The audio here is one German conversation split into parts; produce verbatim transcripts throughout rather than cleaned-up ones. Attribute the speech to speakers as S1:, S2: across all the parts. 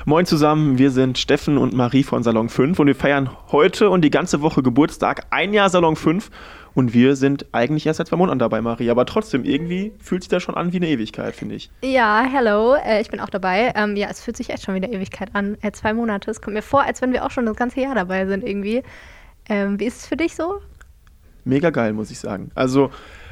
S1: Moin zusammen, wir sind Steffen und Marie von Salon fünf und wir feiern heute und die ganze Woche Geburtstag, ein Jahr Salon fünf und wir sind eigentlich erst seit zwei Monaten dabei, Marie, aber trotzdem, irgendwie fühlt sich das schon an wie eine Ewigkeit, finde ich.
S2: Ja, hello, äh, ich bin auch dabei. Ähm, ja, es fühlt sich echt schon wie eine Ewigkeit an, äh, zwei Monate. Es kommt mir vor, als wenn wir auch schon das ganze Jahr dabei sind irgendwie. Ähm, wie ist es für dich so?
S1: Mega geil, muss ich sagen. Also,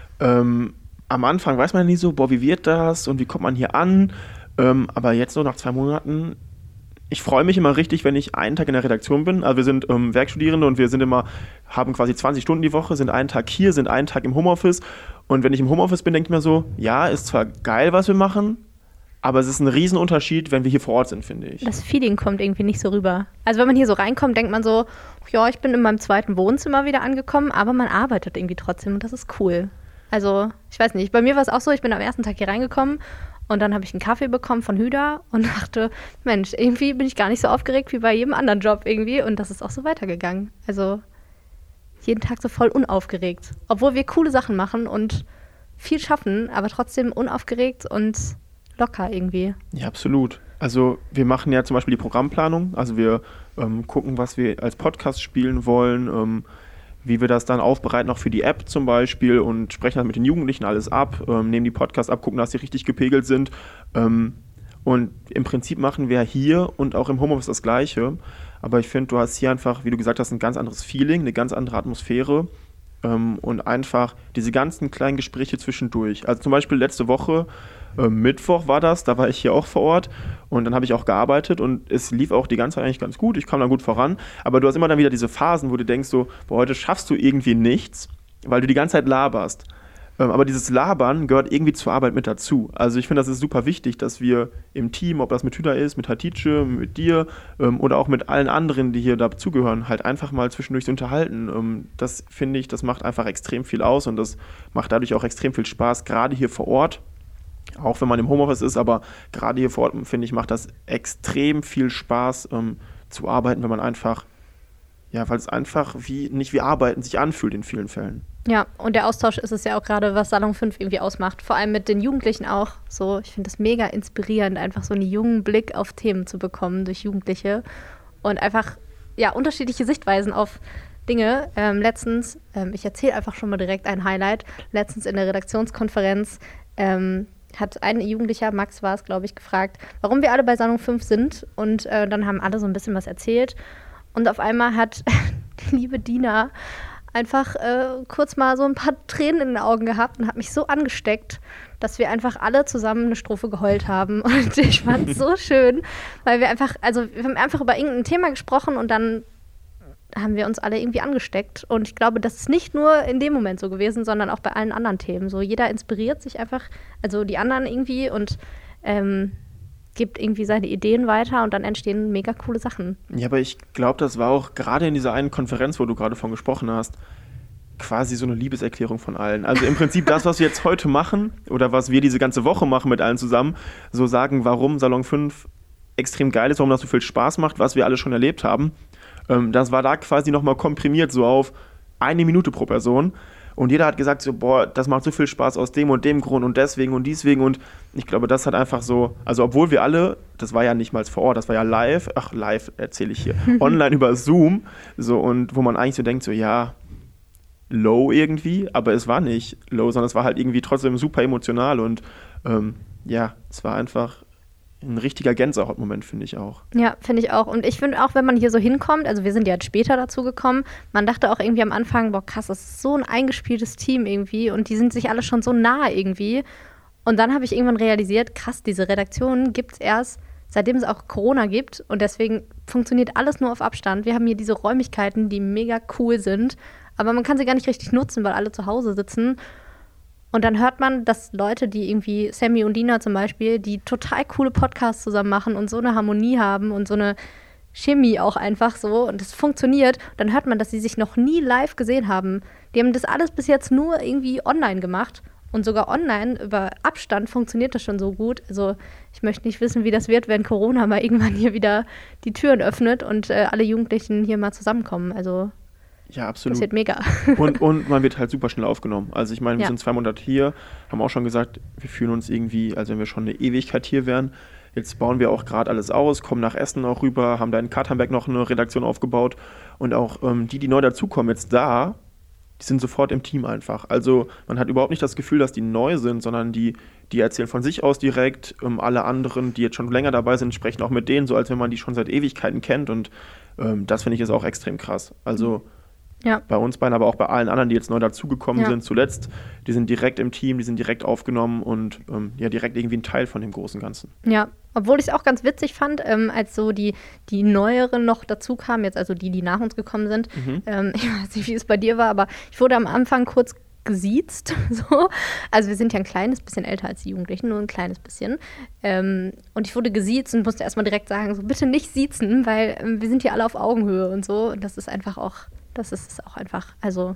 S1: ähm, am Anfang weiß man ja nie so, boah, wie wird das und wie kommt man hier an? Ähm, aber jetzt so nach zwei Monaten, ich freue mich immer richtig, wenn ich einen Tag in der Redaktion bin. Also wir sind ähm, Werkstudierende und wir sind immer, haben quasi zwanzig Stunden die Woche, sind einen Tag hier, sind einen Tag im Homeoffice. Und wenn ich im Homeoffice bin, denke ich mir so, ja, ist zwar geil, was wir machen, aber es ist ein Riesenunterschied, wenn wir hier vor Ort sind, finde ich.
S2: Das Feeling kommt irgendwie nicht so rüber. Also wenn man hier so reinkommt, denkt man so, ja, ich bin in meinem zweiten Wohnzimmer wieder angekommen, aber man arbeitet irgendwie trotzdem und das ist cool. Also, ich weiß nicht, bei mir war es auch so, ich bin am ersten Tag hier reingekommen und dann habe ich einen Kaffee bekommen von Hüda und dachte, Mensch, irgendwie bin ich gar nicht so aufgeregt wie bei jedem anderen Job irgendwie und das ist auch so weitergegangen. Also jeden Tag so voll unaufgeregt, obwohl wir coole Sachen machen und viel schaffen, aber trotzdem unaufgeregt und locker irgendwie.
S1: Ja, absolut. Also wir machen ja zum Beispiel die Programmplanung, also wir ähm, gucken, was wir als Podcast spielen wollen, ähm, wie wir das dann aufbereiten, auch für die App zum Beispiel und sprechen dann mit den Jugendlichen alles ab, ähm, nehmen die Podcasts ab, gucken, dass sie richtig gepegelt sind. Ähm, und im Prinzip machen wir hier und auch im Homeoffice das Gleiche. Aber ich finde, du hast hier einfach, wie du gesagt hast, ein ganz anderes Feeling, eine ganz andere Atmosphäre ähm, und einfach diese ganzen kleinen Gespräche zwischendurch. Also zum Beispiel letzte Woche, äh, Mittwoch war das, da war ich hier auch vor Ort und dann habe ich auch gearbeitet und es lief auch die ganze Zeit eigentlich ganz gut, ich kam dann gut voran, aber du hast immer dann wieder diese Phasen, wo du denkst so, boah, heute schaffst du irgendwie nichts, weil du die ganze Zeit laberst. Ähm, aber dieses Labern gehört irgendwie zur Arbeit mit dazu. Also ich finde, das ist super wichtig, dass wir im Team, ob das mit Hüda ist, mit Hatice, mit dir ähm, oder auch mit allen anderen, die hier dazugehören, halt einfach mal zwischendurch unterhalten. Ähm, das finde ich, das macht einfach extrem viel aus und das macht dadurch auch extrem viel Spaß, gerade hier vor Ort. Auch wenn man im Homeoffice ist, aber gerade hier vor Ort, finde ich, macht das extrem viel Spaß ähm, zu arbeiten, wenn man einfach, ja, weil es einfach wie, nicht wie Arbeiten sich anfühlt in vielen Fällen.
S2: Ja, und der Austausch ist es ja auch gerade, was Salon fünf irgendwie ausmacht. Vor allem mit den Jugendlichen auch. So, ich finde das mega inspirierend, einfach so einen jungen Blick auf Themen zu bekommen durch Jugendliche und einfach, ja, unterschiedliche Sichtweisen auf Dinge. Ähm, letztens, ähm, ich erzähle einfach schon mal direkt ein Highlight, letztens in der Redaktionskonferenz ähm, hat ein Jugendlicher, Max war es, glaube ich, gefragt, warum wir alle bei Salon fünf sind. Und äh, dann haben alle so ein bisschen was erzählt. Und auf einmal hat die liebe Dina einfach äh, kurz mal so ein paar Tränen in den Augen gehabt und hat mich so angesteckt, dass wir einfach alle zusammen eine Strophe geheult haben. Und ich fand es so schön, weil wir einfach, also wir haben einfach über irgendein Thema gesprochen und dann haben wir uns alle irgendwie angesteckt. Und ich glaube, das ist nicht nur in dem Moment so gewesen, sondern auch bei allen anderen Themen. So, jeder inspiriert sich einfach, also die anderen irgendwie und ähm, gibt irgendwie seine Ideen weiter und dann entstehen mega coole Sachen.
S1: Ja, aber ich glaube, das war auch gerade in dieser einen Konferenz, wo du gerade von gesprochen hast, quasi so eine Liebeserklärung von allen. Also im Prinzip das, was wir jetzt heute machen oder was wir diese ganze Woche machen mit allen zusammen, so sagen, warum Salon fünf extrem geil ist, warum das so viel Spaß macht, was wir alle schon erlebt haben. Das war da quasi nochmal komprimiert, so auf eine Minute pro Person. Und jeder hat gesagt, so, boah, das macht so viel Spaß aus dem und dem Grund und deswegen und deswegen. Und ich glaube, das hat einfach so, also obwohl wir alle, das war ja nicht mal vor Ort, das war ja live, ach, live erzähle ich hier, online über Zoom, so, und wo man eigentlich so denkt, so, ja, low irgendwie, aber es war nicht low, sondern es war halt irgendwie trotzdem super emotional und ähm, ja, es war einfach ein richtiger Gänsehautmoment, finde ich auch.
S2: Ja, finde ich auch. Und ich finde auch, wenn man hier so hinkommt, also wir sind ja jetzt später dazu gekommen, man dachte auch irgendwie am Anfang, boah krass, das ist so ein eingespieltes Team irgendwie und die sind sich alle schon so nah irgendwie. Und dann habe ich irgendwann realisiert, krass, diese Redaktion gibt es erst, seitdem es auch Corona gibt und deswegen funktioniert alles nur auf Abstand. Wir haben hier diese Räumlichkeiten, die mega cool sind, aber man kann sie gar nicht richtig nutzen, weil alle zu Hause sitzen. Und dann hört man, dass Leute, die irgendwie, Sammy und Dina zum Beispiel, die total coole Podcasts zusammen machen und so eine Harmonie haben und so eine Chemie auch einfach so und das funktioniert, dann hört man, dass sie sich noch nie live gesehen haben. Die haben das alles bis jetzt nur irgendwie online gemacht und sogar online über Abstand funktioniert das schon so gut. Also ich möchte nicht wissen, wie das wird, wenn Corona mal irgendwann hier wieder die Türen öffnet und äh, alle Jugendlichen hier mal zusammenkommen. Also
S1: Ja, absolut.
S2: Das wird mega.
S1: Und, und man wird halt super schnell aufgenommen. Also ich meine, wir
S2: Ja.
S1: sind zwei Monate hier, haben auch schon gesagt, wir fühlen uns irgendwie, als wenn wir schon eine Ewigkeit hier wären. jetzt bauen wir auch gerade alles aus, kommen nach Essen auch rüber, haben da in Katernberg noch eine Redaktion aufgebaut und auch ähm, die, die neu dazukommen, jetzt da, die sind sofort im Team einfach. Also man hat überhaupt nicht das Gefühl, dass die neu sind, sondern die, die erzählen von sich aus direkt. Ähm, alle anderen, die jetzt schon länger dabei sind, sprechen auch mit denen, so als wenn man die schon seit Ewigkeiten kennt. Und ähm, das finde ich ist auch extrem krass. Also ja. Bei uns beiden, aber auch bei allen anderen, die jetzt neu dazugekommen ja. sind zuletzt, die sind direkt im Team, die sind direkt aufgenommen und ähm, ja direkt irgendwie ein Teil von dem großen Ganzen.
S2: Ja, obwohl ich es auch ganz witzig fand, ähm, als so die, die Neueren noch dazu kamen, jetzt also die, die nach uns gekommen sind. Mhm. Ähm, ich weiß nicht, wie es bei dir war, aber ich wurde am Anfang kurz gesiezt. So. Also wir sind ja ein kleines bisschen älter als die Jugendlichen, nur ein kleines bisschen. Ähm, und ich wurde gesiezt und musste erstmal direkt sagen, so bitte nicht siezen, weil ähm, wir sind hier alle auf Augenhöhe und so. Und das ist einfach auch, das ist auch einfach, also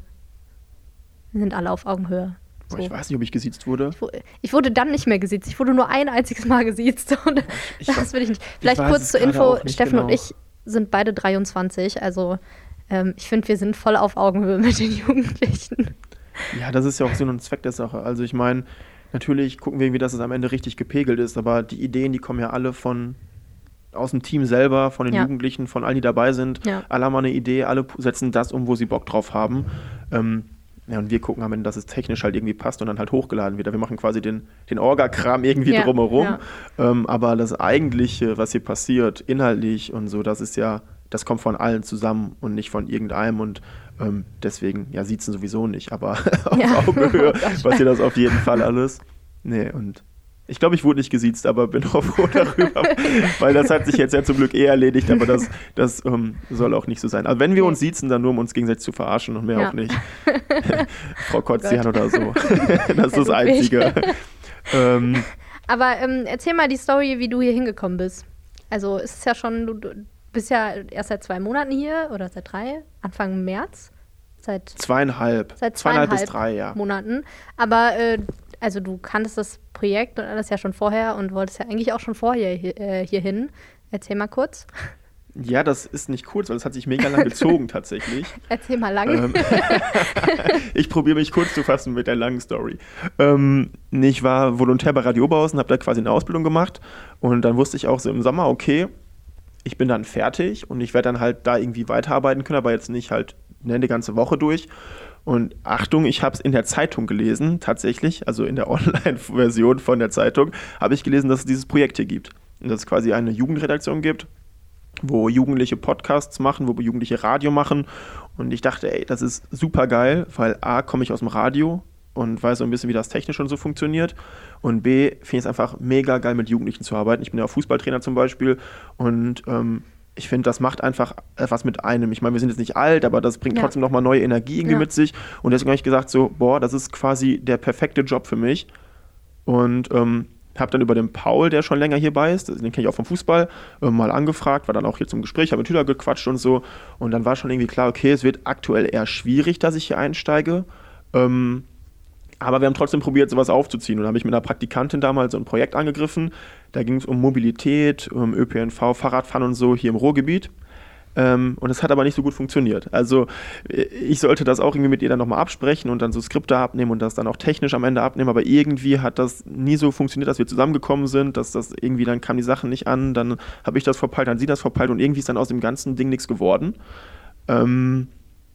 S2: wir sind alle auf Augenhöhe. So.
S1: Ich weiß nicht, ob ich gesiezt wurde.
S2: Ich, wurde. ich wurde dann nicht mehr gesiezt. Ich wurde nur ein einziges Mal gesiezt. Und ich, das will ich nicht. Vielleicht ich kurz zur Info, Steffen genau. und ich sind beide dreiundzwanzig. Also ähm, ich finde, wir sind voll auf Augenhöhe mit den Jugendlichen.
S1: Ja, das ist ja auch Sinn und Zweck der Sache. Also ich meine, natürlich gucken wir irgendwie, dass es am Ende richtig gepegelt ist. Aber die Ideen, die kommen ja alle von aus dem Team selber, von den ja. Jugendlichen, von allen, die dabei sind. Ja. Alle haben eine Idee, alle setzen das um, wo sie Bock drauf haben. Ähm, Ja, und wir gucken am Ende, dass es technisch halt irgendwie passt und dann halt hochgeladen wird. Wir machen quasi den, den Orga-Kram irgendwie ja, drumherum. Ja. Ähm, aber das Eigentliche, was hier passiert, inhaltlich und so, das ist ja, das kommt von allen zusammen und nicht von irgendeinem. Und ähm, deswegen, ja, sieht's sowieso nicht, aber auf ja. Augenhöhe passiert das auf jeden Fall alles. Nee, und ich glaube, ich wurde nicht gesiezt, aber bin auch froh darüber, weil das hat sich jetzt ja zum Glück eh erledigt, aber das, das ähm, soll auch nicht so sein. Also wenn wir uns siezen, dann nur, um uns gegenseitig zu verarschen und mehr ja. auch nicht. Frau Kotzian oder so. Das ist das Einzige.
S2: ähm, aber ähm, erzähl mal die Story, wie du hier hingekommen bist. Also es ist ja schon, du, du bist ja erst seit zwei Monaten hier oder seit drei, Anfang März. Seit
S1: zweieinhalb.
S2: Seit zweieinhalb,
S1: zweieinhalb bis drei, ja.
S2: Monaten. Aber äh, also du kanntest das Projekt und alles ja schon vorher und wolltest ja eigentlich auch schon vorher hier, äh, hierhin. Erzähl mal kurz.
S1: Ja, das ist nicht kurz, weil es hat sich mega lang gezogen tatsächlich.
S2: Erzähl mal lang. Ähm,
S1: ich probiere mich kurz zu fassen mit der langen Story. Ähm, ich war Volontär bei Radio Oberhausen, habe da quasi eine Ausbildung gemacht und dann wusste ich auch so im Sommer, okay, ich bin dann fertig und ich werde dann halt da irgendwie weiterarbeiten können, aber jetzt nicht halt eine ganze Woche durch. Und Achtung, ich habe es in der Zeitung gelesen, tatsächlich, also in der Online-Version von der Zeitung, habe ich gelesen, dass es dieses Projekt hier gibt. Und dass es quasi eine Jugendredaktion gibt, wo Jugendliche Podcasts machen, wo Jugendliche Radio machen. Und ich dachte, ey, das ist super geil, weil A, komme ich aus dem Radio und weiß so ein bisschen, wie das technisch und so funktioniert. Und B, finde ich es einfach mega geil, mit Jugendlichen zu arbeiten. Ich bin ja auch Fußballtrainer zum Beispiel und ähm, ich finde, das macht einfach etwas mit einem. Ich meine, wir sind jetzt nicht alt, aber das bringt ja. trotzdem nochmal neue Energie irgendwie ja. mit sich. Und deswegen habe ich gesagt so, boah, das ist quasi der perfekte Job für mich. Und ähm, habe dann über den Paul, der schon länger hierbei ist, den kenne ich auch vom Fußball, äh, mal angefragt, war dann auch hier zum Gespräch, habe mit Hüller gequatscht und so. Und dann war schon irgendwie klar, okay, es wird aktuell eher schwierig, dass ich hier einsteige. Ähm, Aber wir haben trotzdem probiert, sowas aufzuziehen. Und da habe ich mit einer Praktikantin damals so ein Projekt angegriffen. Da ging es um Mobilität, um Ö P N V, Fahrradfahren und so hier im Ruhrgebiet. Ähm, und es hat aber nicht so gut funktioniert. Also ich sollte das auch irgendwie mit ihr dann nochmal absprechen und dann so Skripte abnehmen und das dann auch technisch am Ende abnehmen. Aber irgendwie hat das nie so funktioniert, dass wir zusammengekommen sind, dass das irgendwie, dann kamen die Sachen nicht an, dann habe ich das verpeilt, dann sie das verpeilt und irgendwie ist dann aus dem ganzen Ding nichts geworden. Ähm...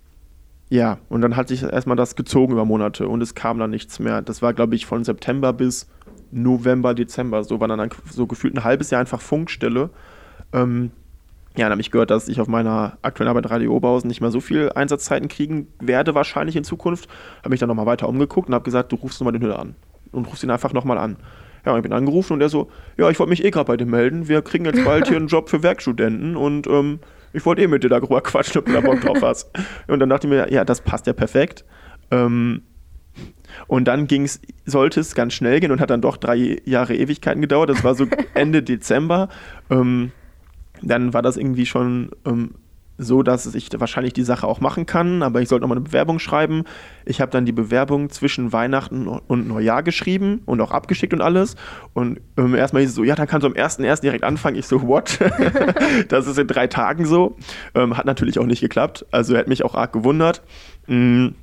S1: Ja, und dann hat sich erstmal das gezogen über Monate und es kam dann nichts mehr. Das war, glaube ich, von September bis November, Dezember. So war dann so gefühlt ein halbes Jahr einfach Funkstille. Ähm, ja, dann habe ich gehört, dass ich auf meiner aktuellen Arbeit Radio Oberhausen nicht mehr so viel Einsatzzeiten kriegen werde, wahrscheinlich in Zukunft. Habe mich dann nochmal weiter umgeguckt und habe gesagt, du rufst nochmal den Hüller an. Und rufst ihn einfach nochmal an. Ja, und ich bin angerufen und er so, ja, ich wollte mich eh gerade bei dir melden. Wir kriegen jetzt bald hier einen Job für Werkstudenten und ähm, ich wollte eh mit dir darüber quatschen, ob du da Bock drauf hast. Und dann dachte ich mir, ja, das passt ja perfekt. Ähm, und dann ging's, sollte es ganz schnell gehen und hat dann doch drei Jahre Ewigkeiten gedauert. Das war so Ende Dezember. Ähm, dann war das irgendwie schon ähm, so, dass ich wahrscheinlich die Sache auch machen kann, aber ich sollte nochmal eine Bewerbung schreiben. Ich habe dann die Bewerbung zwischen Weihnachten und Neujahr geschrieben und auch abgeschickt und alles. Und ähm, erstmal hieß es so, ja, dann kannst du am ersten ersten direkt anfangen. Ich so, what? Das ist in drei Tagen so. Ähm, hat natürlich auch nicht geklappt. Also er hat mich auch arg gewundert. Mhm.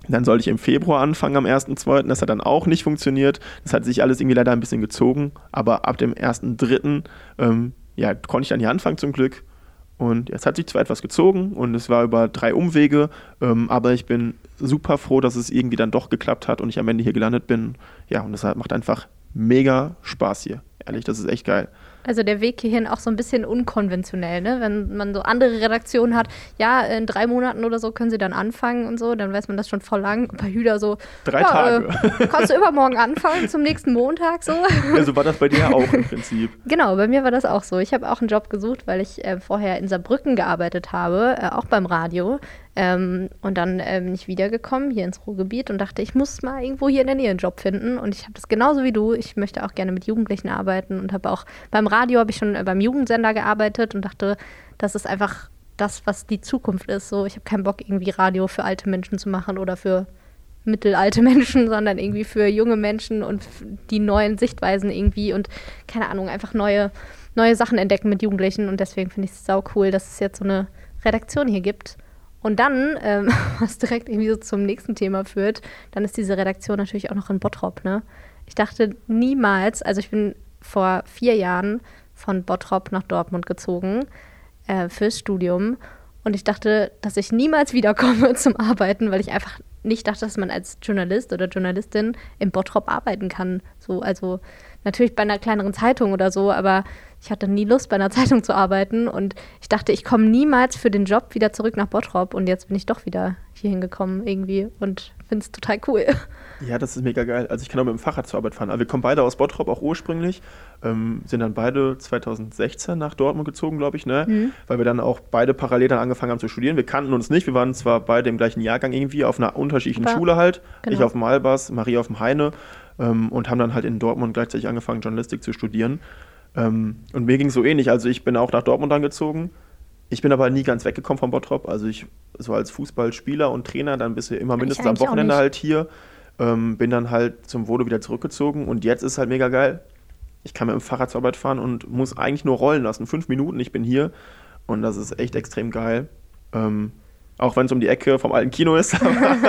S1: Dann sollte ich im Februar anfangen, am ersten zweiten Das hat dann auch nicht funktioniert. Das hat sich alles irgendwie leider ein bisschen gezogen. Aber ab dem ersten dritten Ähm, ja, konnte ich dann hier anfangen zum Glück. Und es hat sich zwar etwas gezogen und es war über drei Umwege, ähm, aber ich bin super froh, dass es irgendwie dann doch geklappt hat und ich am Ende hier gelandet bin. Ja, und das macht einfach mega Spaß hier. Ehrlich, das ist echt geil.
S2: Also der Weg hierhin auch so ein bisschen unkonventionell, ne? Wenn man so andere Redaktionen hat, ja, in drei Monaten oder so können sie dann anfangen und so, dann weiß man das schon voll lang. Und bei Hüder so,
S1: drei
S2: ja,
S1: Tage.
S2: Äh, kannst du übermorgen anfangen, zum nächsten Montag so.
S1: Ja, so war das bei dir ja auch im Prinzip.
S2: Genau, bei mir war das auch so. Ich habe auch einen Job gesucht, weil ich äh, vorher in Saarbrücken gearbeitet habe, äh, auch beim Radio. Ähm, und dann ähm, bin ich wiedergekommen hier ins Ruhrgebiet und dachte, ich muss mal irgendwo hier in der Nähe einen Job finden. Und ich habe das genauso wie du. Ich möchte auch gerne mit Jugendlichen arbeiten und habe auch beim Radio habe ich schon äh, beim Jugendsender gearbeitet und dachte, das ist einfach das, was die Zukunft ist. So, ich habe keinen Bock, irgendwie Radio für alte Menschen zu machen oder für mittelalte Menschen, sondern irgendwie für junge Menschen und die neuen Sichtweisen irgendwie und keine Ahnung, einfach neue, neue Sachen entdecken mit Jugendlichen. Und deswegen finde ich es sau cool, dass es jetzt so eine Redaktion hier gibt. Und dann, ähm, was direkt irgendwie so zum nächsten Thema führt, dann ist diese Redaktion natürlich auch noch in Bottrop, ne? Ich dachte niemals, also ich bin vor vier Jahren von Bottrop nach Dortmund gezogen äh, fürs Studium und ich dachte, dass ich niemals wiederkomme zum Arbeiten, weil ich einfach nicht dachte, dass man als Journalist oder Journalistin in Bottrop arbeiten kann. So, also natürlich bei einer kleineren Zeitung oder so, aber ich hatte nie Lust, bei einer Zeitung zu arbeiten und ich dachte, ich komme niemals für den Job wieder zurück nach Bottrop und jetzt bin ich doch wieder hier hingekommen irgendwie und finde es total cool.
S1: Ja, das ist mega geil. Also ich kann auch mit dem Fahrrad zur Arbeit fahren. Aber wir kommen beide aus Bottrop, auch ursprünglich. Ähm, sind dann beide zwanzig sechzehn nach Dortmund gezogen, glaube ich, ne? Mhm. Weil wir dann auch beide parallel dann angefangen haben zu studieren. Wir kannten uns nicht. Wir waren zwar beide im gleichen Jahrgang irgendwie, auf einer unterschiedlichen Aber, Schule halt. Genau. Ich auf dem Malbas, Marie auf dem Heine. Ähm, und haben dann halt in Dortmund gleichzeitig angefangen, Journalistik zu studieren. Ähm, und mir ging es so ähnlich. Also ich bin auch nach Dortmund dann gezogen. Ich bin aber nie ganz weggekommen von Bottrop. Also ich so als Fußballspieler und Trainer, dann bist du immer mindestens am Wochenende halt hier. Ähm, bin dann halt zum Volo wieder zurückgezogen und jetzt ist halt mega geil. Ich kann mit dem Fahrrad zur Arbeit fahren und muss eigentlich nur rollen lassen. Fünf Minuten, ich bin hier und das ist echt extrem geil. Ähm, auch wenn es um die Ecke vom alten Kino ist.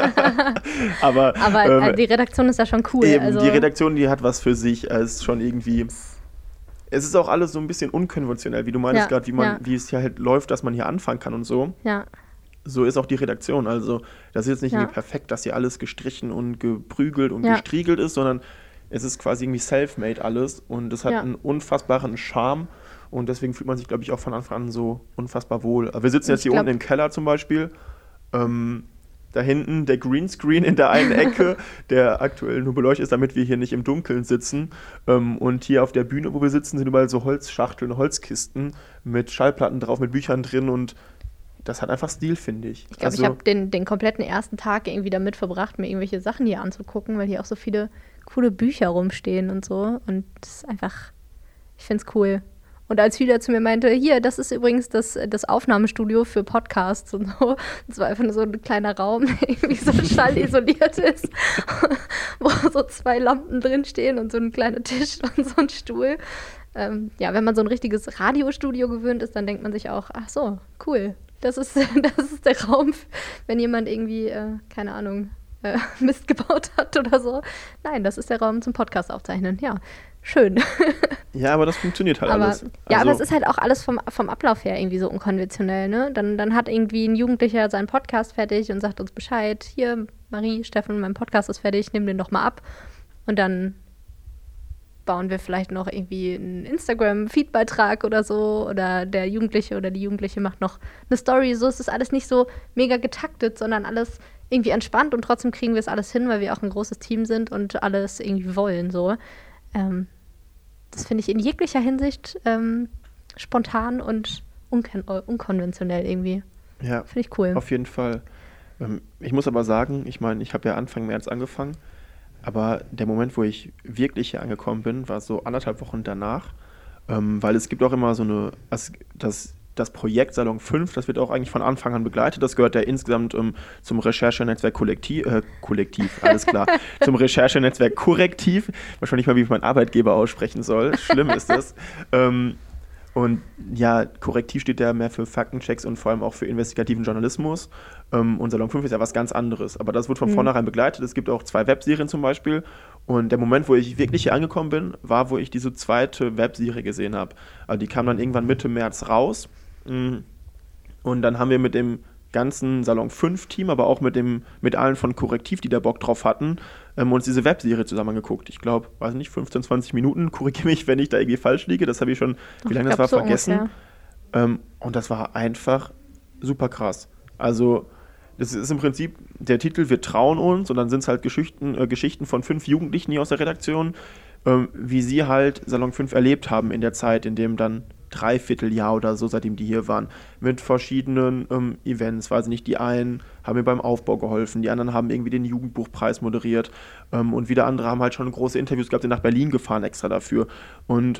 S1: aber
S2: aber ähm, die Redaktion ist ja schon cool.
S1: Eben,
S2: also.
S1: Die Redaktion, die hat was für sich. Es ist schon irgendwie... Es ist auch alles so ein bisschen unkonventionell, wie du meinst ja, gerade, wie man, ja. wie es hier halt läuft, dass man hier anfangen kann und so.
S2: Ja.
S1: So ist auch die Redaktion. Also das ist jetzt nicht ja. irgendwie perfekt, dass hier alles gestrichen und geprügelt und ja. gestriegelt ist, sondern es ist quasi irgendwie self-made alles und es hat ja. einen unfassbaren Charme und deswegen fühlt man sich, glaube ich, auch von Anfang an so unfassbar wohl. Aber wir sitzen jetzt hier glaub... unten im Keller zum Beispiel. Ähm, da hinten der Greenscreen in der einen Ecke, der aktuell nur beleuchtet ist, damit wir hier nicht im Dunkeln sitzen. Ähm, und hier auf der Bühne, wo wir sitzen, sind überall so Holzschachteln, Holzkisten mit Schallplatten drauf, mit Büchern drin und das hat einfach Stil, finde ich.
S2: Ich glaube, also, ich habe den, den kompletten ersten Tag irgendwie damit verbracht, mir irgendwelche Sachen hier anzugucken, weil hier auch so viele coole Bücher rumstehen und so. Und das ist einfach, ich finde es cool. Und als Hüder zu mir meinte, hier, das ist übrigens das, das Aufnahmestudio für Podcasts und so. Das war einfach nur so ein kleiner Raum, der irgendwie so schallisoliert ist, wo so zwei Lampen drinstehen und so ein kleiner Tisch und so ein Stuhl. Ähm, ja, wenn man so ein richtiges Radiostudio gewöhnt ist, dann denkt man sich auch, ach so, cool. Das ist, das ist der Raum, wenn jemand irgendwie, äh, keine Ahnung, äh, Mist gebaut hat oder so. Nein, das ist der Raum zum Podcast aufzeichnen. Ja, schön.
S1: Ja, aber das funktioniert halt
S2: aber,
S1: alles. Also,
S2: ja, aber es ist halt auch alles vom, vom Ablauf her irgendwie so unkonventionell, ne? Dann, dann hat irgendwie ein Jugendlicher seinen Podcast fertig und sagt uns Bescheid. Hier, Marie, Steffen, mein Podcast ist fertig, nimm den doch mal ab. Und dann bauen wir vielleicht noch irgendwie einen Instagram-Feed-Beitrag oder so oder der Jugendliche oder die Jugendliche macht noch eine Story. So ist es alles nicht so mega getaktet, sondern alles irgendwie entspannt und trotzdem kriegen wir es alles hin, weil wir auch ein großes Team sind und alles irgendwie wollen. So. Ähm, das finde ich in jeglicher Hinsicht ähm, spontan und unkon- unkonventionell irgendwie.
S1: Ja,
S2: finde ich cool.
S1: Auf jeden Fall. Ähm, ich muss aber sagen, ich meine, ich habe ja Anfang März angefangen. Aber der Moment, wo ich wirklich hier angekommen bin, war so anderthalb Wochen danach, ähm, weil es gibt auch immer so eine, also das, das Projekt Salon fünf, das wird auch eigentlich von Anfang an begleitet, das gehört ja insgesamt ähm, zum Recherchenetzwerk Kollektiv, äh, Kollektiv, alles klar, zum Recherchenetzwerk Korrektiv, wahrscheinlich mal, wie ich meinen Arbeitgeber aussprechen soll, schlimm ist das. Ähm, Und ja, Korrektiv steht ja mehr für Faktenchecks und vor allem auch für investigativen Journalismus. Ähm, und Salon fünf ist ja was ganz anderes. Aber das wird von mhm. vornherein begleitet. Es gibt auch zwei Webserien zum Beispiel. Und der Moment, wo ich wirklich hier angekommen bin, war, wo ich diese zweite Webserie gesehen habe. Also die kam dann irgendwann Mitte März raus. Und dann haben wir mit dem ganzen Salon fünf Team, aber auch mit dem mit allen von Korrektiv, die da Bock drauf hatten, ähm, uns diese Webserie zusammen angeguckt. Ich glaube, weiß nicht, fünfzehn, zwanzig Minuten, korrigiere mich, wenn ich da irgendwie falsch liege, das habe ich schon, wie lange das war, so vergessen. Ähm, und das war einfach super krass. Also, das ist im Prinzip der Titel Wir trauen uns und dann sind es halt Geschichten, äh, Geschichten von fünf Jugendlichen hier aus der Redaktion, ähm, wie sie halt Salon fünf erlebt haben in der Zeit, in dem dann Dreivierteljahr oder so, seitdem die hier waren, mit verschiedenen ähm, Events, weiß nicht, die einen haben mir beim Aufbau geholfen, die anderen haben irgendwie den Jugendbuchpreis moderiert ähm, und wieder andere haben halt schon große Interviews gehabt, sind nach Berlin gefahren extra dafür und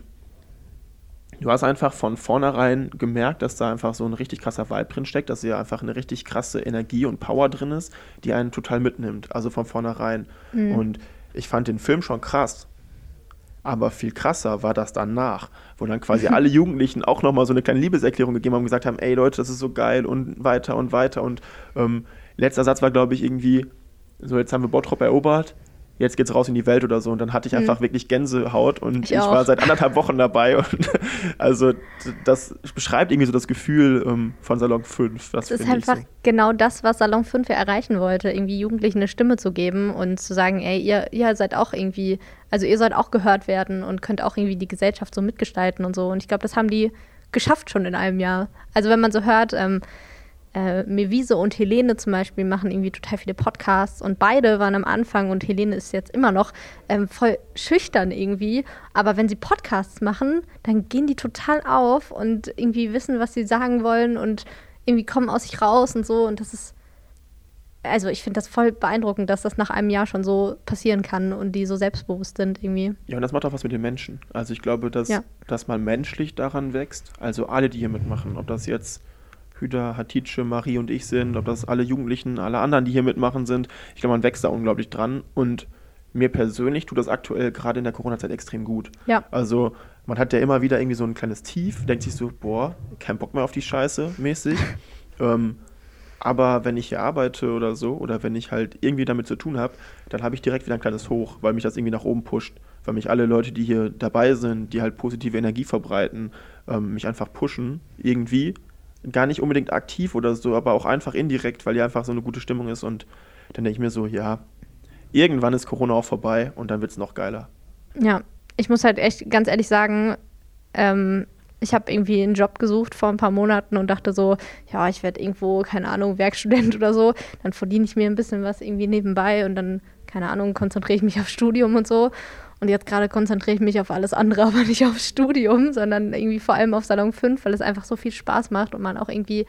S1: du hast einfach von vornherein gemerkt, dass da einfach so ein richtig krasser Vibe drin steckt, dass hier einfach eine richtig krasse Energie und Power drin ist, die einen total mitnimmt, also von vornherein. Mhm. Und ich fand den Film schon krass. Aber viel krasser war das danach, wo dann quasi alle Jugendlichen auch nochmal so eine kleine Liebeserklärung gegeben haben und gesagt haben, ey Leute, das ist so geil und weiter und weiter. Und ähm, letzter Satz war, glaube ich, irgendwie, so jetzt haben wir Bottrop erobert, jetzt geht's raus in die Welt oder so. Und dann hatte ich mhm. einfach wirklich Gänsehaut und ich, ich war seit anderthalb Wochen dabei. Und also das beschreibt irgendwie so das Gefühl ähm, von Salon fünf.
S2: Das ist einfach so. Genau das, was Salon fünf ja erreichen wollte, irgendwie Jugendlichen eine Stimme zu geben und zu sagen, ey, ihr, ihr seid auch irgendwie, also ihr sollt auch gehört werden und könnt auch irgendwie die Gesellschaft so mitgestalten und so. Und ich glaube, das haben die geschafft schon in einem Jahr. Also wenn man so hört, ähm, Äh, Mevise und Helene zum Beispiel machen irgendwie total viele Podcasts und beide waren am Anfang und Helene ist jetzt immer noch ähm, voll schüchtern irgendwie, aber wenn sie Podcasts machen, dann gehen die total auf und irgendwie wissen, was sie sagen wollen und irgendwie kommen aus sich raus und so und das ist, also ich finde das voll beeindruckend, dass das nach einem Jahr schon so passieren kann und die so selbstbewusst sind irgendwie.
S1: Ja, und das macht auch was mit den Menschen. Also ich glaube, dass, ja. dass man menschlich daran wächst, also alle, die hier mitmachen, ob das jetzt Hüda, Hatice, Marie und ich sind, ob das alle Jugendlichen, alle anderen, die hier mitmachen sind. Ich glaube, man wächst da unglaublich dran und mir persönlich tut das aktuell gerade in der Corona-Zeit extrem gut.
S2: Ja.
S1: Also man hat ja immer wieder irgendwie so ein kleines Tief, denkt sich so, boah, kein Bock mehr auf die Scheiße mäßig. ähm, aber wenn ich hier arbeite oder so oder wenn ich halt irgendwie damit zu tun habe, dann habe ich direkt wieder ein kleines Hoch, weil mich das irgendwie nach oben pusht, weil mich alle Leute, die hier dabei sind, die halt positive Energie verbreiten, ähm, mich einfach pushen irgendwie. Gar nicht unbedingt aktiv oder so, aber auch einfach indirekt, weil hier einfach so eine gute Stimmung ist und dann denke ich mir so, ja, irgendwann ist Corona auch vorbei und dann wird es noch geiler.
S2: Ja, ich muss halt echt ganz ehrlich sagen, ähm, ich habe irgendwie einen Job gesucht vor ein paar Monaten und dachte so, ja, ich werde irgendwo, keine Ahnung, Werkstudent oder so, dann verdiene ich mir ein bisschen was irgendwie nebenbei und dann, keine Ahnung, konzentriere ich mich aufs Studium und so. Und jetzt gerade konzentriere ich mich auf alles andere, aber nicht aufs Studium, sondern irgendwie vor allem auf Salon fünf, weil es einfach so viel Spaß macht und man auch irgendwie,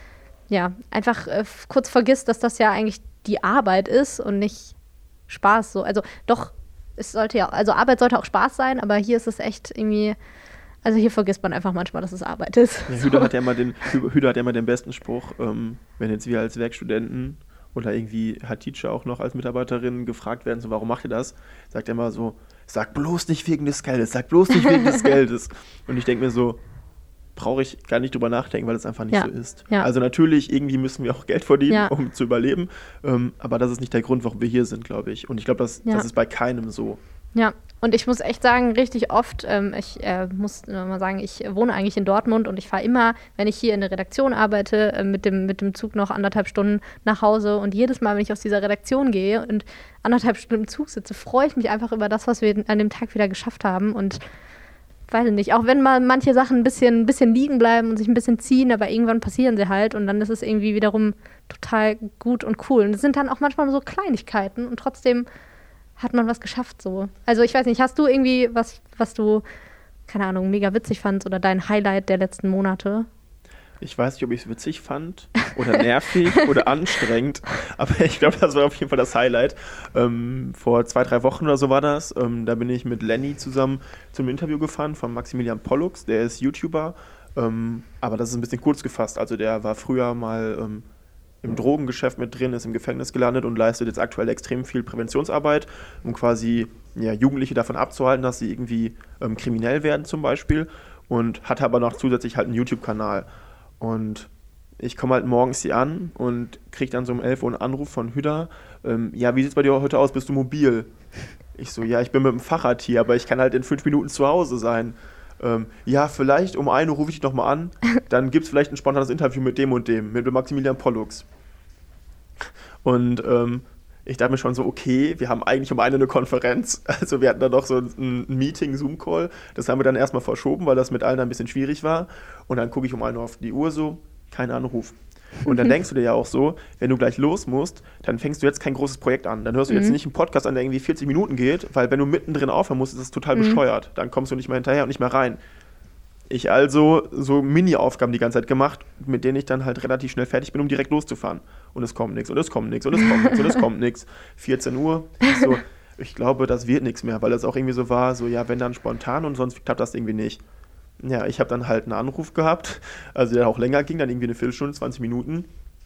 S2: ja, einfach äh, kurz vergisst, dass das ja eigentlich die Arbeit ist und nicht Spaß. So. Also doch, es sollte ja, also Arbeit sollte auch Spaß sein, aber hier ist es echt irgendwie, also hier vergisst man einfach manchmal, dass es Arbeit ist.
S1: Ja, Hüda, so. hat ja immer den, Hüda hat ja immer den besten Spruch, ähm, wenn jetzt wir als Werkstudenten oder irgendwie Hatice auch noch als Mitarbeiterin gefragt werden, so warum macht ihr das? Sagt er immer so, sag bloß nicht wegen des Geldes, sag bloß nicht wegen des Geldes. Und ich denke mir so, brauche ich gar nicht drüber nachdenken, weil es einfach nicht ja. so ist. Ja. Also natürlich, irgendwie müssen wir auch Geld verdienen, ja. um zu überleben. Ähm, aber das ist nicht der Grund, warum wir hier sind, glaube ich. Und ich glaube, das, ja. das ist bei keinem so.
S2: Ja, und ich muss echt sagen, richtig oft, ähm, ich äh, muss mal sagen, ich wohne eigentlich in Dortmund und ich fahre immer, wenn ich hier in der Redaktion arbeite, äh, mit dem, mit dem Zug noch anderthalb Stunden nach Hause und jedes Mal, wenn ich aus dieser Redaktion gehe und anderthalb Stunden im Zug sitze, freue ich mich einfach über das, was wir an dem Tag wieder geschafft haben und weiß nicht, auch wenn mal manche Sachen ein bisschen, ein bisschen liegen bleiben und sich ein bisschen ziehen, aber irgendwann passieren sie halt und dann ist es irgendwie wiederum total gut und cool. Und es sind dann auch manchmal so Kleinigkeiten und trotzdem hat man was geschafft so. Also ich weiß nicht, hast du irgendwie was, was du, keine Ahnung, mega witzig fandst oder dein Highlight der letzten Monate?
S1: Ich weiß nicht, ob ich es witzig fand oder nervig oder anstrengend, aber ich glaube, das war auf jeden Fall das Highlight. Ähm, vor zwei, drei Wochen oder so war das. Ähm, da bin ich mit Lenny zusammen zum Interview gefahren von Maximilian Pollux, der ist YouTuber, ähm, aber das ist ein bisschen kurz gefasst. Also der war früher mal ähm, im Drogengeschäft mit drin, ist im Gefängnis gelandet und leistet jetzt aktuell extrem viel Präventionsarbeit, um quasi ja, Jugendliche davon abzuhalten, dass sie irgendwie ähm, kriminell werden zum Beispiel. und hatte aber noch zusätzlich halt einen YouTube-Kanal. Und ich komme halt morgens hier an und kriege dann so um elf Uhr einen Anruf von Hüda. Ähm, ja, wie sieht es bei dir heute aus? Bist du mobil? Ich so, ja, ich bin mit dem Fahrrad hier, aber ich kann halt in fünf Minuten zu Hause sein. Ähm, ja, vielleicht um ein Uhr rufe ich dich nochmal an. Dann gibt es vielleicht ein spontanes Interview mit dem und dem, mit dem Maximilian Pollux. Und ähm, ich dachte mir schon so, okay, wir haben eigentlich um eine eine Konferenz. Also wir hatten da doch so ein Meeting, Zoom-Call. Das haben wir dann erstmal verschoben, weil das mit allen ein bisschen schwierig war. Und dann gucke ich um eine Uhr auf die Uhr so, kein Anruf. Und dann denkst du dir ja auch so, wenn du gleich los musst, dann fängst du jetzt kein großes Projekt an. Dann hörst du mhm. jetzt nicht einen Podcast an, der irgendwie vierzig Minuten geht, weil wenn du mittendrin aufhören musst, ist das total mhm. bescheuert. Dann kommst du nicht mehr hinterher und nicht mehr rein. Ich also so Mini-Aufgaben die ganze Zeit gemacht, mit denen ich dann halt relativ schnell fertig bin, um direkt loszufahren. Und es kommt nichts und es kommt nichts und es kommt nichts und es kommt nichts. vierzehn Uhr, ich so, ich glaube, das wird nichts mehr, weil das auch irgendwie so war, so ja, wenn dann spontan und sonst klappt das irgendwie nicht. Ja, ich habe dann halt einen Anruf gehabt, also der auch länger ging, dann irgendwie eine Viertelstunde, zwanzig Minuten.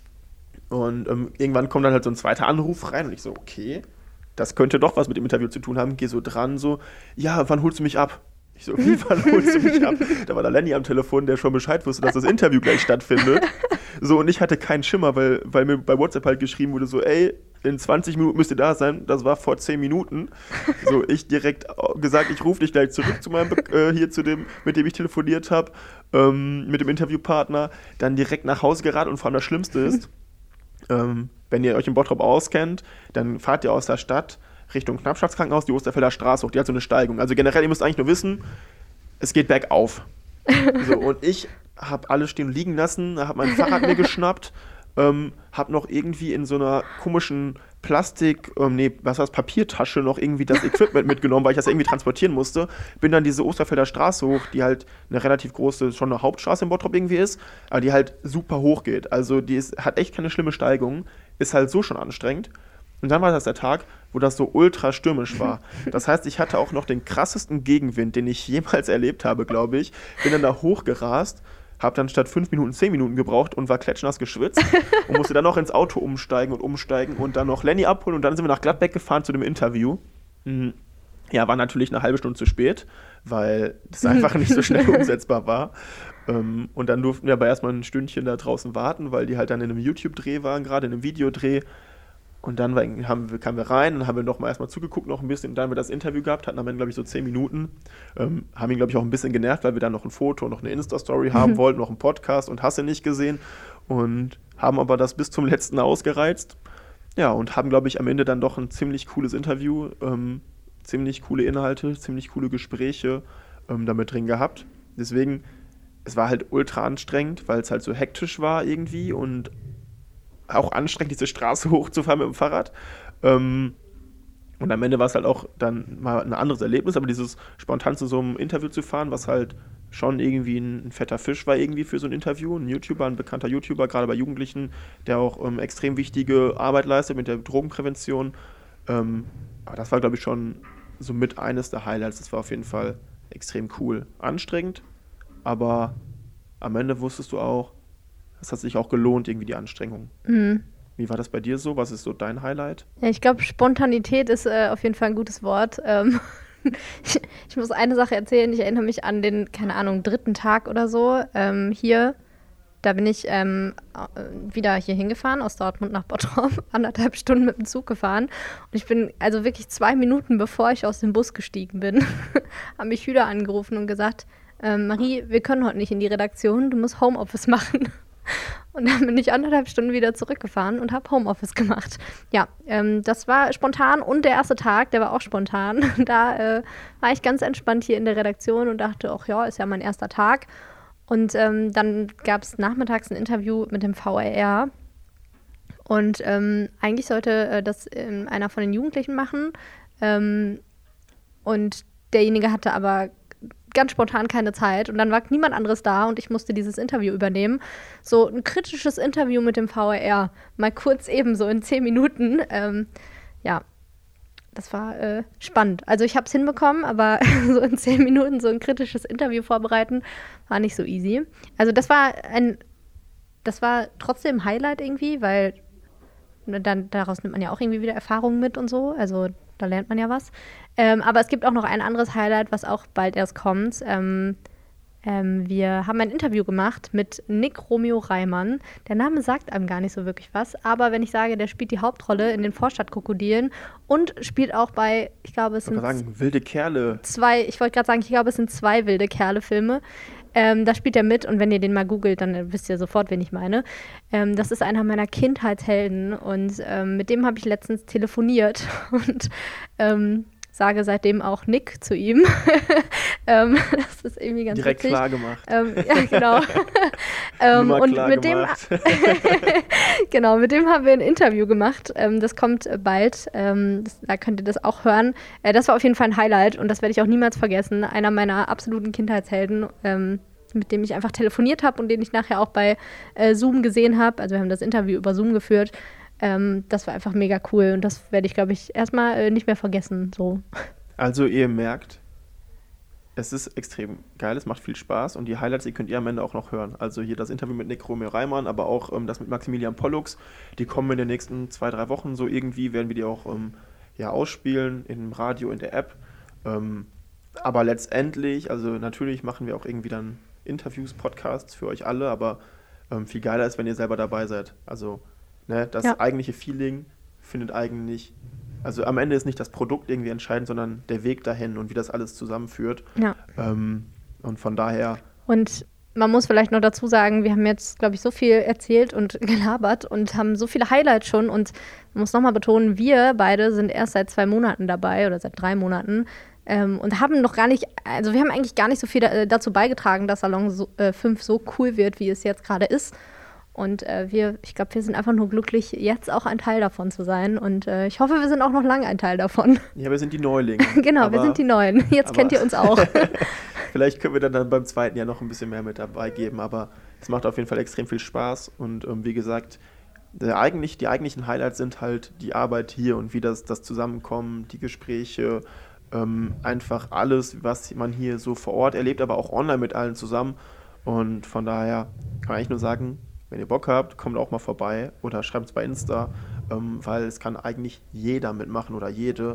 S1: Und ähm, irgendwann kommt dann halt so ein zweiter Anruf rein und ich so, okay, das könnte doch was mit dem Interview zu tun haben. Geh so dran, so, ja, wann holst du mich ab? Ich so, wie, wann holst du mich ab? Da war der Lenny am Telefon, der schon Bescheid wusste, dass das Interview gleich stattfindet. So, und ich hatte keinen Schimmer, weil, weil mir bei WhatsApp halt geschrieben wurde, so, ey, in zwanzig Minuten müsst ihr da sein. Das war vor zehn Minuten. So, ich direkt gesagt, ich rufe dich gleich zurück zu meinem, äh, hier zu dem, mit dem ich telefoniert habe, ähm, mit dem Interviewpartner. Dann direkt nach Hause gerannt und vor allem das Schlimmste ist, ähm, wenn ihr euch in Bottrop auskennt, dann fahrt ihr aus der Stadt Richtung Knappschaftskrankenhaus, die Osterfelder Straße hoch. Die hat so eine Steigung. Also generell, ihr müsst eigentlich nur wissen, es geht bergauf. So, und ich habe alles stehen und liegen lassen, habe mein Fahrrad mir geschnappt, ähm, habe noch irgendwie in so einer komischen Plastik, ähm, nee, was war das, Papiertasche noch irgendwie das Equipment mitgenommen, weil ich das irgendwie transportieren musste. Bin dann diese Osterfelder Straße hoch, die halt eine relativ große, schon eine Hauptstraße in Bottrop irgendwie ist, aber die halt super hoch geht. Also die ist, hat echt keine schlimme Steigung, ist halt so schon anstrengend. Und dann war das der Tag, wo das so ultra stürmisch war. Das heißt, ich hatte auch noch den krassesten Gegenwind, den ich jemals erlebt habe, glaube ich. Bin dann da hochgerast, habe dann statt fünf Minuten zehn Minuten gebraucht und war klatschnass geschwitzt und musste dann noch ins Auto umsteigen und umsteigen und dann noch Lenny abholen und dann sind wir nach Gladbeck gefahren zu dem Interview. Ja, war natürlich eine halbe Stunde zu spät, weil das einfach nicht so schnell umsetzbar war. Und dann durften wir aber erstmal ein Stündchen da draußen warten, weil die halt dann in einem YouTube-Dreh waren, gerade in einem Videodreh. Und dann war, haben wir, kamen wir rein und haben wir noch mal erstmal zugeguckt, noch ein bisschen. Und dann haben wir das Interview gehabt, hatten am Ende, glaube ich, so zehn Minuten. Ähm, haben ihn, glaube ich, auch ein bisschen genervt, weil wir dann noch ein Foto, noch eine Insta-Story haben wollten, noch einen Podcast und hast du nicht gesehen. Und haben aber das bis zum letzten ausgereizt. Ja, und haben, glaube ich, am Ende dann doch ein ziemlich cooles Interview, ähm, ziemlich coole Inhalte, ziemlich coole Gespräche ähm, damit drin gehabt. Deswegen, es war halt ultra anstrengend, weil es halt so hektisch war irgendwie und auch anstrengend, diese Straße hochzufahren mit dem Fahrrad. Ähm, und am Ende war es halt auch dann mal ein anderes Erlebnis, aber dieses spontan zu so einem Interview zu fahren, was halt schon irgendwie ein, ein fetter Fisch war irgendwie für so ein Interview, ein YouTuber, ein bekannter YouTuber, gerade bei Jugendlichen, der auch ähm, extrem wichtige Arbeit leistet mit der Drogenprävention. Ähm, aber das war, glaube ich, schon so mit eines der Highlights. Das war auf jeden Fall extrem cool. Anstrengend, aber am Ende wusstest du auch, es hat sich auch gelohnt, irgendwie die Anstrengung. Mhm. Wie war das bei dir so? Was ist so dein Highlight?
S2: Ja, ich glaube, Spontanität ist äh, auf jeden Fall ein gutes Wort. Ähm, ich, ich muss eine Sache erzählen. Ich erinnere mich an den, keine Ahnung, dritten Tag oder so ähm, hier. Da bin ich ähm, wieder hier hingefahren, aus Dortmund nach Bottrop, anderthalb Stunden mit dem Zug gefahren. Und ich bin also wirklich zwei Minuten, bevor ich aus dem Bus gestiegen bin, haben mich Schüler angerufen und gesagt, ähm, Marie, wir können heute nicht in die Redaktion, du musst Homeoffice machen. Und dann bin ich anderthalb Stunden wieder zurückgefahren und habe Homeoffice gemacht. Ja, ähm, das war spontan und der erste Tag, der war auch spontan. Da äh, war ich ganz entspannt hier in der Redaktion und dachte, ach ja, ist ja mein erster Tag. Und ähm, dann gab es nachmittags ein Interview mit dem V R R. Und ähm, eigentlich sollte äh, das äh, einer von den Jugendlichen machen. Ähm, und derjenige hatte aber ganz spontan keine Zeit und dann war niemand anderes da und ich musste dieses Interview übernehmen. So ein kritisches Interview mit dem V R R, mal kurz eben so in zehn Minuten. Ähm, ja, das war äh, spannend. Also ich habe es hinbekommen, aber so in zehn Minuten so ein kritisches Interview vorbereiten, war nicht so easy. Also das war ein, das war trotzdem ein Highlight irgendwie, weil dann daraus nimmt man ja auch irgendwie wieder Erfahrungen mit und so, also da lernt man ja was. Ähm, aber es gibt auch noch ein anderes Highlight, was auch bald erst kommt. Ähm, Ähm, wir haben ein Interview gemacht mit Nick Romeo Reimann. Der Name sagt einem gar nicht so wirklich was, aber wenn ich sage, der spielt die Hauptrolle in den Vorstadtkrokodilen und spielt auch bei, ich glaube, es
S1: Ich
S2: sind
S1: wollte sagen, wilde Kerle.
S2: zwei, ich wollte gerade sagen, ich glaube, es sind zwei wilde Kerle-Filme. Ähm, da spielt er mit und wenn ihr den mal googelt, dann wisst ihr sofort, wen ich meine. Ähm, das ist einer meiner Kindheitshelden und ähm, mit dem habe ich letztens telefoniert und ähm, sage seitdem auch Nick zu ihm. ähm, das ist irgendwie ganz
S1: Direkt
S2: witzig.
S1: klar gemacht.
S2: Ähm, ja, genau. ähm, und
S1: klar
S2: mit
S1: gemacht.
S2: dem genau, mit dem haben wir ein Interview gemacht. Ähm, das kommt bald. Ähm, das, da könnt ihr das auch hören. Äh, das war auf jeden Fall ein Highlight und das werde ich auch niemals vergessen. Einer meiner absoluten Kindheitshelden, ähm, mit dem ich einfach telefoniert habe und den ich nachher auch bei äh, Zoom gesehen habe. Also wir haben das Interview über Zoom geführt. Ähm, das war einfach mega cool und das werde ich, glaube ich, erstmal äh, nicht mehr vergessen. So.
S1: Also ihr merkt, es ist extrem geil, es macht viel Spaß und die Highlights, die könnt ihr am Ende auch noch hören. Also hier das Interview mit Nick Romeo Reimann, aber auch ähm, das mit Maximilian Pollux, die kommen in den nächsten zwei, drei Wochen so irgendwie, werden wir die auch ähm, ja, ausspielen im Radio, in der App. Ähm, aber letztendlich, also natürlich machen wir auch irgendwie dann Interviews, Podcasts für euch alle, aber ähm, viel geiler ist, wenn ihr selber dabei seid. Also ne, das
S2: Ja.
S1: eigentliche Feeling findet eigentlich, also am Ende ist nicht das Produkt irgendwie entscheidend, sondern der Weg dahin und wie das alles zusammenführt.
S2: Ja.
S1: Ähm, und von daher,
S2: Und man muss vielleicht noch dazu sagen, wir haben jetzt, glaube ich, so viel erzählt und gelabert und haben so viele Highlights schon. Und man muss nochmal betonen, wir beide sind erst seit zwei Monaten dabei oder seit drei Monaten ähm, und haben noch gar nicht, also wir haben eigentlich gar nicht so viel da, dazu beigetragen, dass Salon so, äh, fünf so cool wird, wie es jetzt gerade ist. Und äh, wir, ich glaube, wir sind einfach nur glücklich, jetzt auch ein Teil davon zu sein. Und äh, ich hoffe, wir sind auch noch lange ein Teil davon.
S1: ja, wir sind die Neulinge.
S2: Genau,
S1: aber,
S2: wir sind die Neuen. Jetzt
S1: aber-
S2: kennt ihr uns auch.
S1: Vielleicht können wir dann, dann beim zweiten Jahr noch ein bisschen mehr mit dabei geben, aber es macht auf jeden Fall extrem viel Spaß und ähm, wie gesagt, der eigentlich, die eigentlichen Highlights sind halt die Arbeit hier und wie das, das Zusammenkommen, die Gespräche, ähm, einfach alles, was man hier so vor Ort erlebt, aber auch online mit allen zusammen und von daher kann man eigentlich nur sagen, wenn ihr Bock habt, kommt auch mal vorbei oder schreibt es bei Insta, ähm, weil es kann eigentlich jeder mitmachen oder jede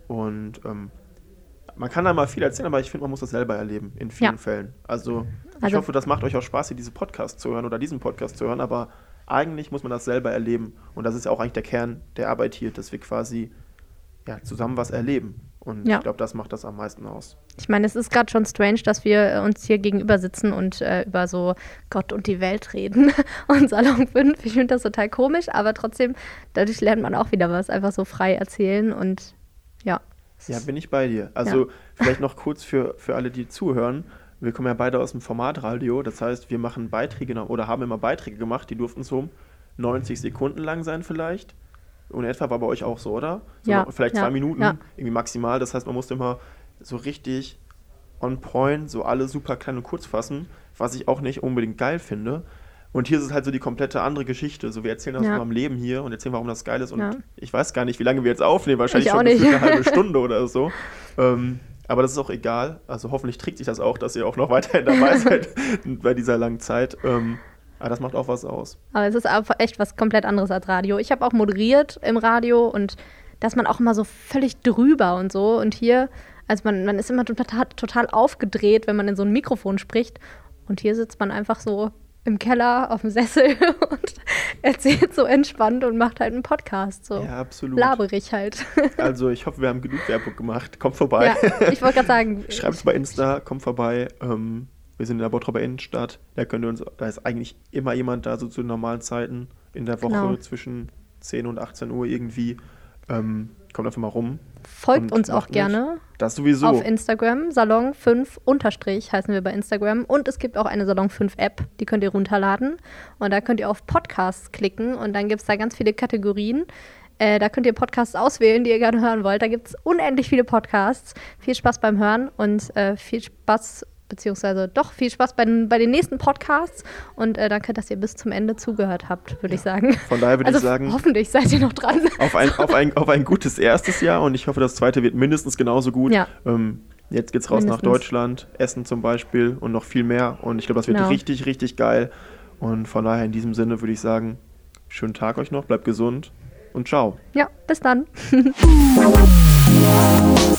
S1: und ähm, man kann da mal viel erzählen, aber ich finde, man muss das selber erleben, in vielen
S2: Ja.
S1: Fällen. Also, ich
S2: Also-
S1: hoffe, das macht euch auch Spaß, hier diese Podcasts zu hören oder diesen Podcast zu hören, aber eigentlich muss man das selber erleben. Und das ist ja auch eigentlich der Kern der Arbeit hier, dass wir quasi ja, zusammen was erleben. Und
S2: Ja.
S1: ich glaube, das macht das am meisten aus.
S2: Ich meine, es ist gerade schon strange, dass wir äh, uns hier gegenüber sitzen und äh, über so Gott und die Welt reden und Salon fünf. Ich finde das total komisch, aber trotzdem, dadurch lernt man auch wieder was, einfach so frei erzählen und ja.
S1: Ja, bin ich bei dir. Also, vielleicht noch kurz für, für alle, die zuhören. Wir kommen ja beide aus dem Formatradio. Das heißt, wir machen Beiträge noch- oder haben immer Beiträge gemacht, die durften so neunzig Sekunden lang sein vielleicht. Und etwa war bei euch auch so, oder? So
S2: Ja,
S1: noch, vielleicht
S2: ja,
S1: zwei Minuten,
S2: ja.
S1: irgendwie maximal. Das heißt, man musste immer so richtig on point, so alle super klein und kurz fassen, was ich auch nicht unbedingt geil finde. Und hier ist es halt so die komplette andere Geschichte. So, wir erzählen aus
S2: Ja.
S1: unserem Leben hier und erzählen, warum das geil ist. Und
S2: Ja.
S1: ich weiß gar nicht, wie lange wir jetzt aufnehmen. Wahrscheinlich
S2: Ich auch
S1: schon
S2: nicht.
S1: gefühlt eine halbe Stunde oder so. Ähm, aber das ist auch egal. Also hoffentlich trägt sich das auch, dass ihr auch noch weiterhin dabei seid bei dieser langen Zeit. Ähm, aber das macht auch was aus.
S2: Aber es ist einfach echt was komplett anderes als Radio. Ich habe auch moderiert im Radio und da ist man auch immer so völlig drüber und so. Und hier, also man, man ist immer total, total aufgedreht, wenn man in so ein Mikrofon spricht. Und hier sitzt man einfach so im Keller auf dem Sessel und erzählt so entspannt und macht halt einen Podcast. So
S1: Ja, absolut.
S2: laberig halt.
S1: Also ich hoffe, wir haben genug Werbung gemacht. Kommt vorbei.
S2: Ja, ich wollte gerade sagen.
S1: Schreibt es bei Insta, kommt vorbei. Ähm, wir sind in der Bottroper Innenstadt. Da könnt ihr uns, da ist eigentlich immer jemand da, so zu normalen Zeiten in der Woche
S2: Genau.
S1: zwischen zehn und achtzehn Uhr irgendwie. Ähm, kommt einfach mal rum.
S2: Folgt
S1: und
S2: uns auch
S1: macht mit.
S2: gerne
S1: Das sowieso.
S2: auf Instagram. Salon fünf unterstrich heißen wir bei Instagram. Und es gibt auch eine Salon fünf App, die könnt ihr runterladen. Und da könnt ihr auf Podcasts klicken und dann gibt es da ganz viele Kategorien. Äh, da könnt ihr Podcasts auswählen, die ihr gerne hören wollt. Da gibt es unendlich viele Podcasts. Viel Spaß beim Hören und äh, viel Spaß, beziehungsweise doch viel Spaß bei den, bei den nächsten Podcasts. Und äh, danke, dass ihr bis zum Ende zugehört habt, würde ich sagen.
S1: Von daher würde
S2: Also
S1: ich sagen,
S2: hoffentlich seid ihr noch dran.
S1: auf ein, auf, ein, auf ein gutes erstes Jahr und ich hoffe, das zweite wird mindestens genauso gut.
S2: Ja.
S1: Ähm, jetzt geht's raus
S2: Mindestens.
S1: nach Deutschland, Essen zum Beispiel und noch viel mehr. Und ich glaube, das wird
S2: Genau.
S1: richtig, richtig geil. Und von daher in diesem Sinne würde ich sagen, schönen Tag euch noch, bleibt gesund und ciao.
S2: Ja, bis dann.